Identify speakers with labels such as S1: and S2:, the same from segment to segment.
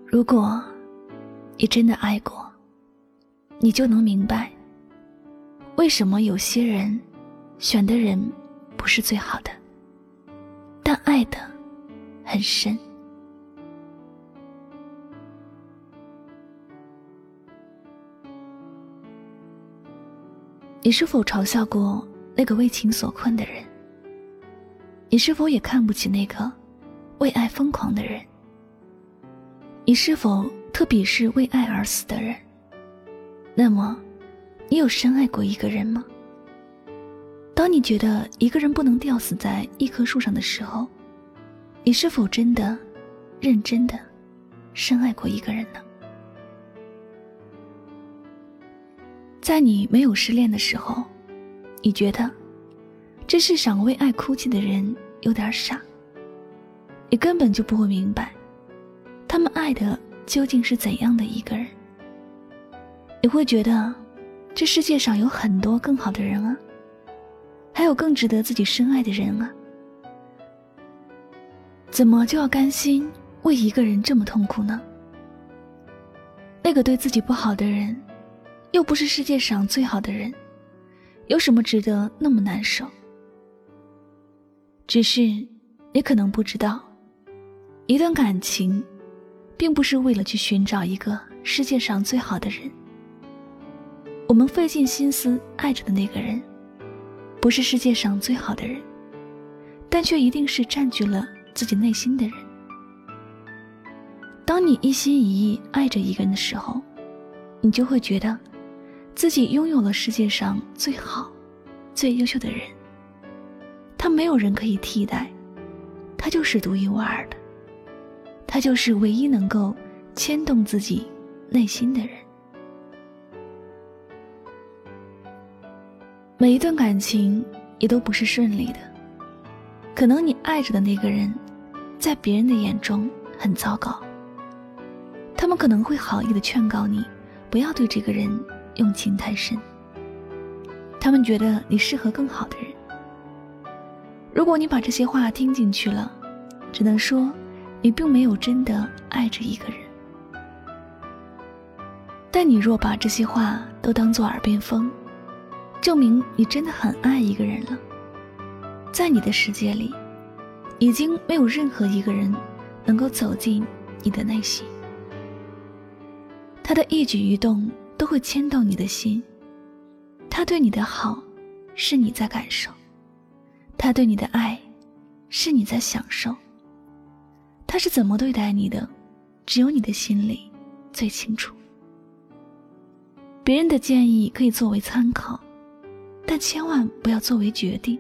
S1: 如果你真的爱过，你就能明白，为什么有些人选的人不是最好的，但爱的很深。你是否嘲笑过那个为情所困的人？你是否也看不起那个为爱疯狂的人？你是否特鄙视为爱而死的人？那么，你有深爱过一个人吗？当你觉得一个人不能吊死在一棵树上的时候，你是否真的、认真的深爱过一个人呢？在你没有失恋的时候，你觉得这世上为爱哭泣的人有点傻，你根本就不会明白他们爱的究竟是怎样的一个人。你会觉得这世界上有很多更好的人啊，还有更值得自己深爱的人啊，怎么就要甘心为一个人这么痛苦呢？那个对自己不好的人又不是世界上最好的人，有什么值得那么难受？只是你可能不知道，一段感情并不是为了去寻找一个世界上最好的人。我们费尽心思爱着的那个人不是世界上最好的人，但却一定是占据了自己内心的人。当你一心一意爱着一个人的时候，你就会觉得自己拥有了世界上最好最优秀的人，他没有人可以替代，他就是独一无二的，他就是唯一能够牵动自己内心的人。每一段感情也都不是顺利的，可能你爱着的那个人在别人的眼中很糟糕，他们可能会好意的劝告你不要对这个人用情太深，他们觉得你适合更好的人。如果你把这些话听进去了，只能说你并没有真的爱着一个人。但你若把这些话都当作耳边风，证明你真的很爱一个人了。在你的世界里，已经没有任何一个人能够走进你的内心，他的一举一动都会牵动你的心，他对你的好是你在感受，他对你的爱是你在享受，他是怎么对待你的，只有你的心里最清楚。别人的建议可以作为参考，但千万不要作为决定。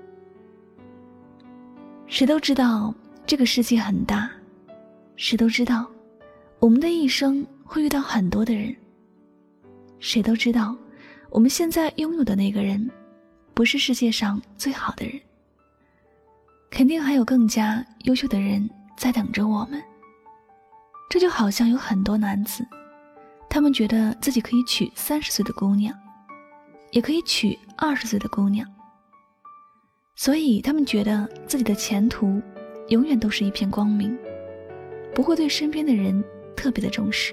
S1: 谁都知道这个世界很大，谁都知道我们的一生会遇到很多的人，谁都知道我们现在拥有的那个人不是世界上最好的人，肯定还有更加优秀的人在等着我们。这就好像有很多男子，他们觉得自己可以娶30岁的姑娘，也可以娶20岁的姑娘，所以他们觉得自己的前途永远都是一片光明，不会对身边的人特别的重视。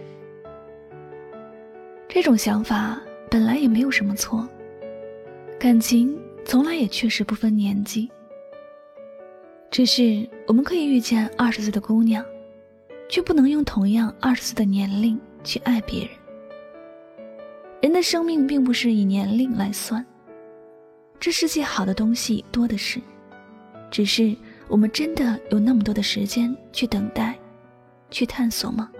S1: 这种想法本来也没有什么错，感情从来也确实不分年纪，只是我们可以遇见20岁的姑娘，却不能用同样20岁的年龄去爱别人。人的生命并不是以年龄来算，这世界好的东西多的是，只是我们真的有那么多的时间去等待，去探索吗？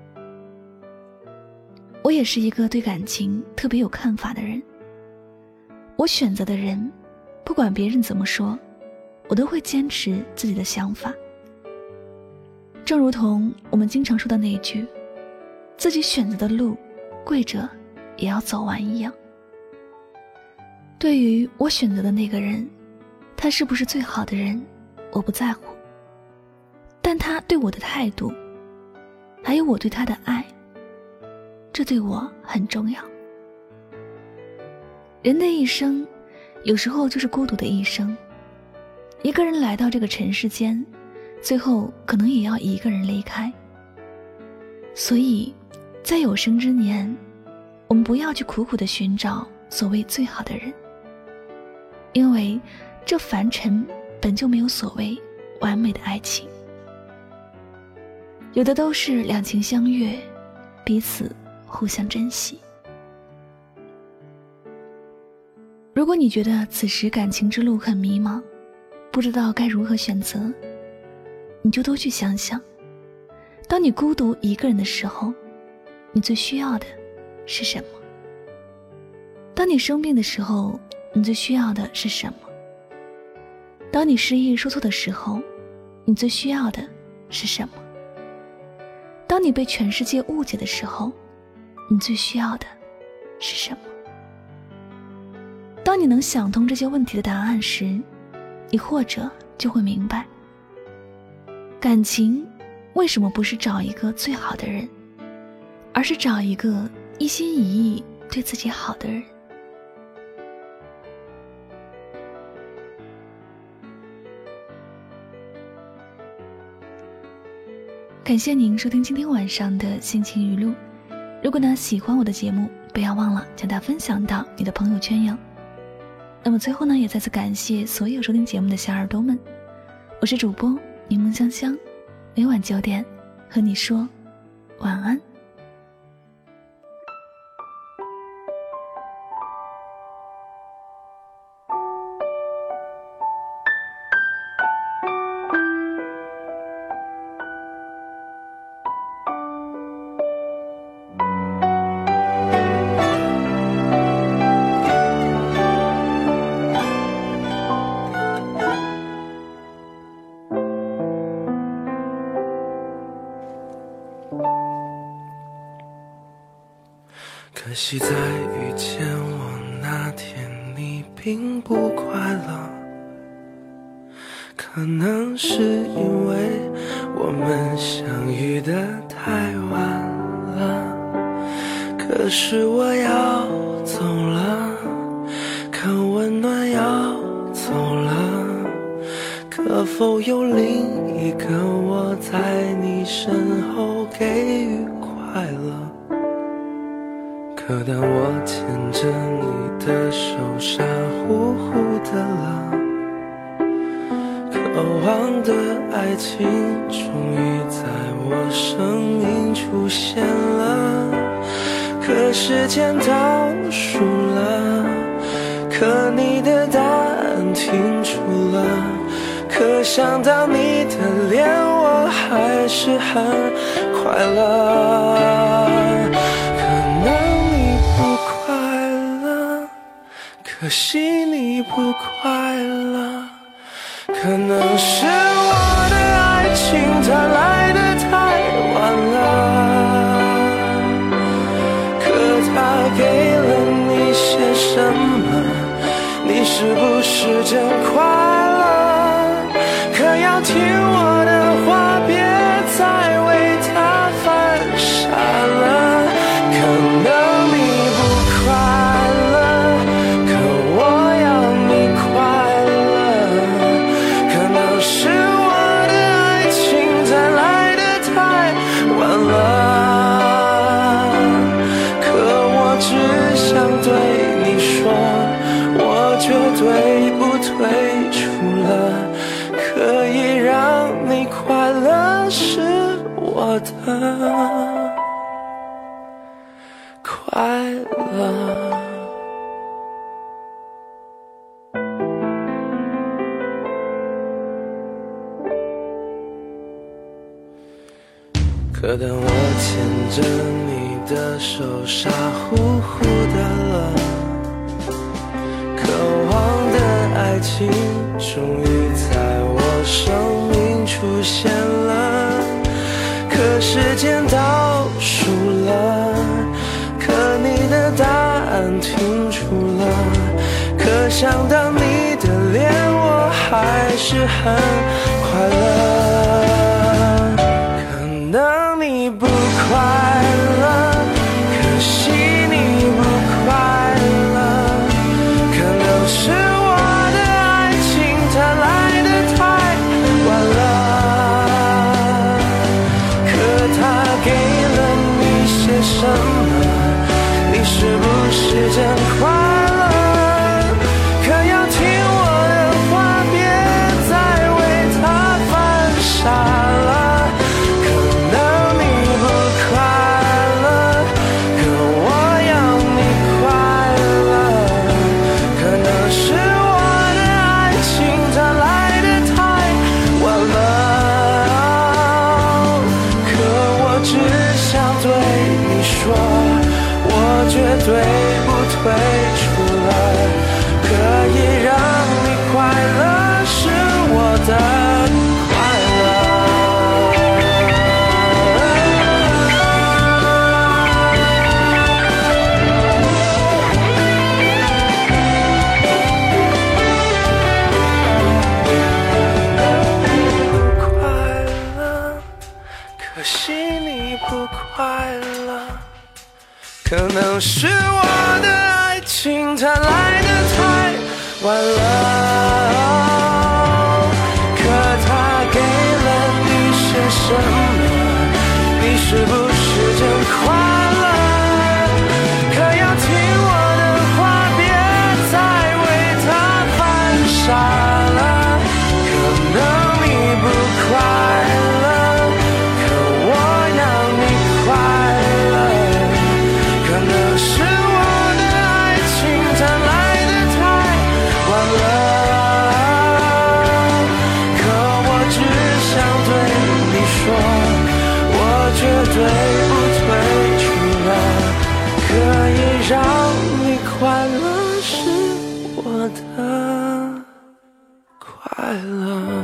S1: 我也是一个对感情特别有看法的人，我选择的人，不管别人怎么说，我都会坚持自己的想法。正如同我们经常说的那一句，自己选择的路，跪着也要走完一样。对于我选择的那个人，他是不是最好的人，我不在乎，但他对我的态度，还有我对他的爱，这对我很重要。人的一生，有时候就是孤独的一生。一个人来到这个尘世间，最后可能也要一个人离开。 所以在有生之年，我们不要去苦苦地寻找所谓最好的人，因为这凡尘本就没有所谓完美的爱情，有的都是两情相悦，彼此互相珍惜。如果你觉得此时感情之路很迷茫，不知道该如何选择，你就多去想想，当你孤独一个人的时候，你最需要的是什么？当你生病的时候，你最需要的是什么？当你失意受挫的时候，你最需要的是什么？当你被全世界误解的时候，你最需要的是什么？当你能想通这些问题的答案时，你或者就会明白，感情为什么不是找一个最好的人，而是找一个一心一意对自己好的人。感谢您收听今天晚上的心情语录。如果呢喜欢我的节目，不要忘了将它分享到你的朋友圈哟。那么最后呢，也再次感谢所有收听节目的小耳朵们，我是主播柠檬香香，每晚9点和你说晚安。
S2: 可惜在遇见我那天，你并不快乐，可能是因为我们相遇的太晚了。可是我要走了，可温暖要走了，可否有另一个我在你身后给予快乐？可当我牵着你的手傻乎乎的了，渴望的爱情终于在我生命出现了。可时间倒数了，可你的答案停住了，可想到你的脸我还是很快乐。可惜你不快乐，可能是我的爱情它来得太晚了，可它给了你些什么？你是不是真快乐？可要听我的话，别再为它犯傻了。可能你不快乐，对不退出了，可以让你快乐是我的快乐。可当我牵着你的手傻乎乎的了，渴望的爱情终于在我生命出现了。可时间倒数了，可你的答案停住了，可想到你的脸我还是很快乐。可能你不快乐，可惜你不快乐，可能是我的爱情它来得太晚了，可它给了出来，可以让你快乐是我的快乐。快乐，可惜你不快乐，可能是我的爱情它来得太晚了，可它给了你些什么？你是不是真快乐？可要听我的话，别再为它犯傻了。可能你不快乐，可我要你快乐。可能是我的爱情它来得太晚了，可我只想对你说，我绝对不退出了，可以让你快乐是我的快乐。